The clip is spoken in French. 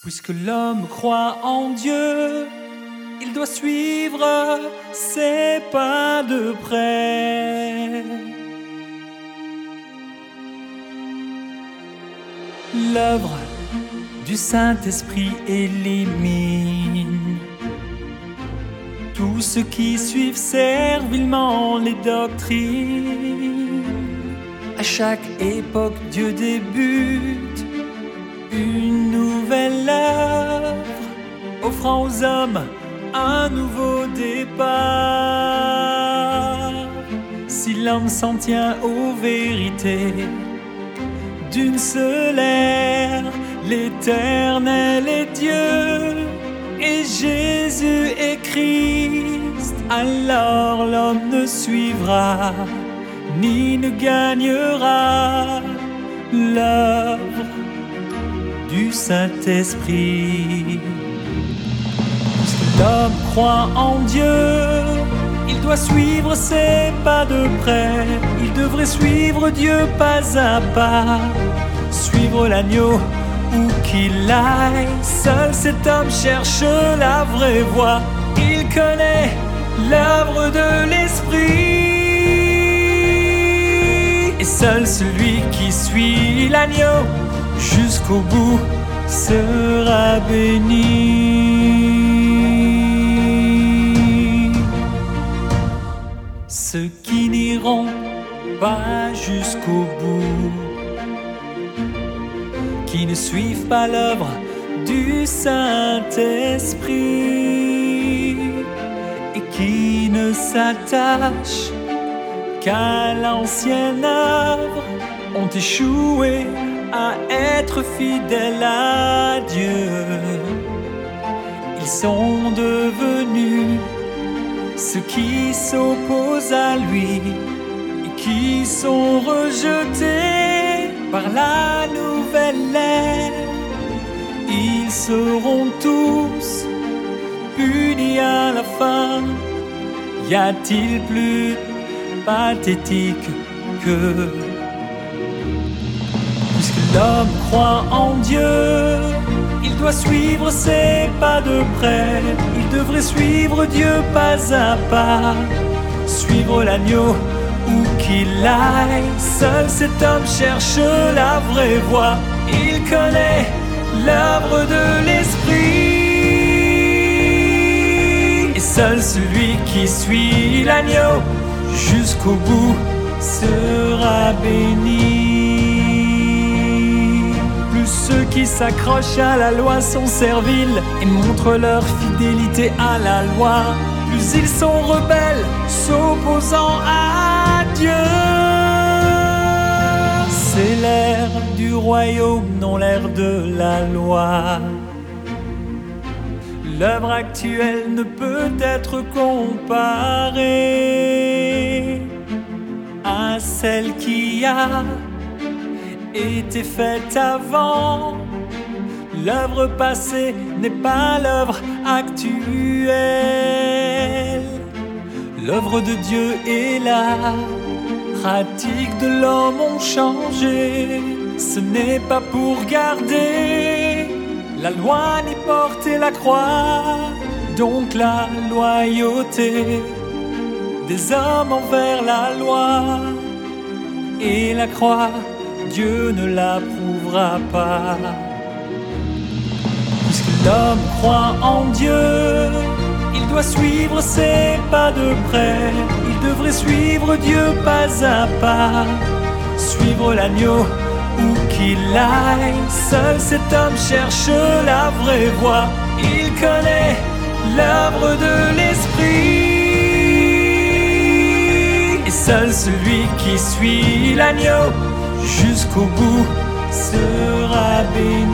Puisque l'homme croit en Dieu, il doit suivre ses pas de près. L'œuvre du Saint-Esprit élimine tous ceux qui suivent servilement les doctrines. À chaque époque, Dieu débute une nouvelle œuvre, offrant aux hommes un nouveau départ. Si l'homme s'en tient aux vérités d'une seule ère, l'Éternel est Dieu et Jésus est Christ, alors l'homme ne suivra ni ne gagnera l'œuvre du Saint-Esprit. Puisque l'homme croit en Dieu, il doit suivre ses pas de près. Il devrait suivre Dieu pas à pas, suivre l'agneau où qu'il aille. Seul cet homme cherche la vraie voie. Il connaît l'œuvre de l'Esprit. Et seul celui qui suit l'agneau jusqu'au bout sera béni. Ceux qui n'iront pas jusqu'au bout, qui ne suivent pas l'œuvre du Saint-Esprit et qui ne s'attachent qu'à l'ancienne œuvre, ont échoué à être fidèles à Dieu. Ils sont devenus ceux qui s'opposent à lui et qui sont rejetés par la nouvelle ère. Ils seront tous punis à la fin. Y a-t-il plus pathétique que l'homme croit en Dieu, il doit suivre ses pas de près. Il devrait suivre Dieu pas à pas, suivre l'agneau où qu'il aille. Seul cet homme cherche la vraie voie. Il connaît l'œuvre de l'Esprit. Et seul celui qui suit l'agneau jusqu'au bout sera béni. Ceux qui s'accrochent à la loi sont serviles et montrent leur fidélité à la loi. Plus ils sont rebelles, s'opposant à Dieu. C'est l'ère du royaume, non l'ère de la loi. L'œuvre actuelle ne peut être comparée à celle qui a été faite avant. L'œuvre passée n'est pas l'œuvre actuelle. L'œuvre de Dieu et la pratique de l'homme ont changé. Ce n'est pas pour garder la loi ni porter la croix, donc la loyauté des hommes envers la loi et la croix, Dieu ne l'approuvera pas. Puisque l'homme croit en Dieu, il doit suivre ses pas de près. Il devrait suivre Dieu pas à pas, suivre l'agneau où qu'il aille. Seul cet homme cherche la vraie voie. Il connaît l'œuvre de l'Esprit. Et seul celui qui suit l'agneau jusqu'au bout sera béni.